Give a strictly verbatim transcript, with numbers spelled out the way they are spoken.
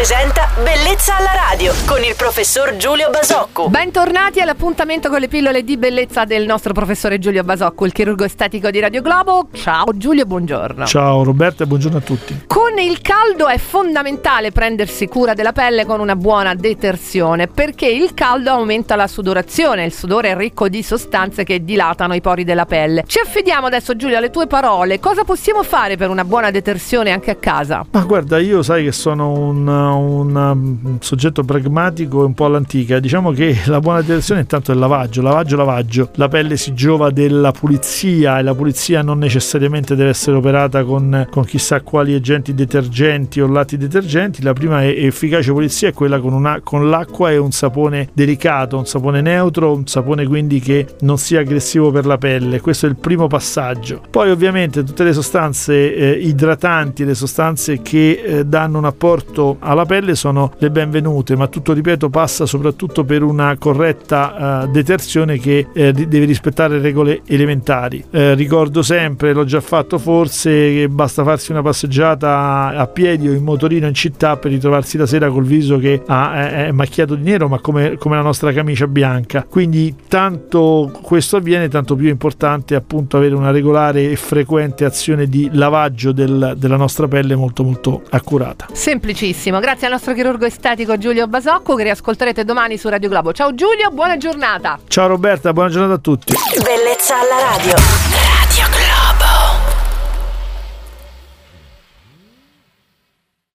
presenta Bellezza alla radio con il professor Giulio Basocco. Bentornati all'appuntamento con le pillole di bellezza del nostro professore Giulio Basocco, il chirurgo estetico di Radio Globo. Ciao Giulio, buongiorno. Ciao Roberta e buongiorno a tutti. Con il caldo è fondamentale prendersi cura della pelle con una buona detersione, perché il caldo aumenta la sudorazione. Il sudore è ricco di sostanze che dilatano i pori della pelle. Ci affidiamo adesso, Giulio, alle tue parole. Cosa possiamo fare per una buona detersione anche a casa? Ma guarda, io sai che sono un, un, un soggetto pragmatico e un po' all'antica. Diciamo che la buona detersione intanto è il lavaggio, lavaggio, lavaggio. La pelle si giova della pulizia e la pulizia non necessariamente deve essere operata con, con chissà quali agenti detergenti o latti detergenti. La prima e efficace pulizia è quella con, una, con l'acqua e un sapone delicato, un sapone neutro, un sapone quindi che non sia aggressivo per la pelle. Questo è il primo passaggio. Poi ovviamente tutte le sostanze eh, idratanti, le sostanze che eh, danno un apporto alla pelle sono le benvenute, ma tutto, ripeto, passa soprattutto per una corretta eh, detersione che eh, deve rispettare regole elementari. Eh, ricordo sempre, l'ho già fatto forse, che basta farsi una passeggiata a piedi o in motorino in città per ritrovarsi la sera col viso che ha, è, è macchiato di nero, ma come, come la nostra camicia bianca. Quindi tanto questo avviene, tanto più è importante appunto avere una regolare e frequente azione di lavaggio del, della nostra pelle molto molto accurata. Semplicissimo, grazie al nostro chirurgo estetico Giulio Basocco, che riascolterete domani su Radio Globo. Ciao Giulio, buona giornata. Ciao Roberta, buona giornata a tutti. Bellezza alla radio.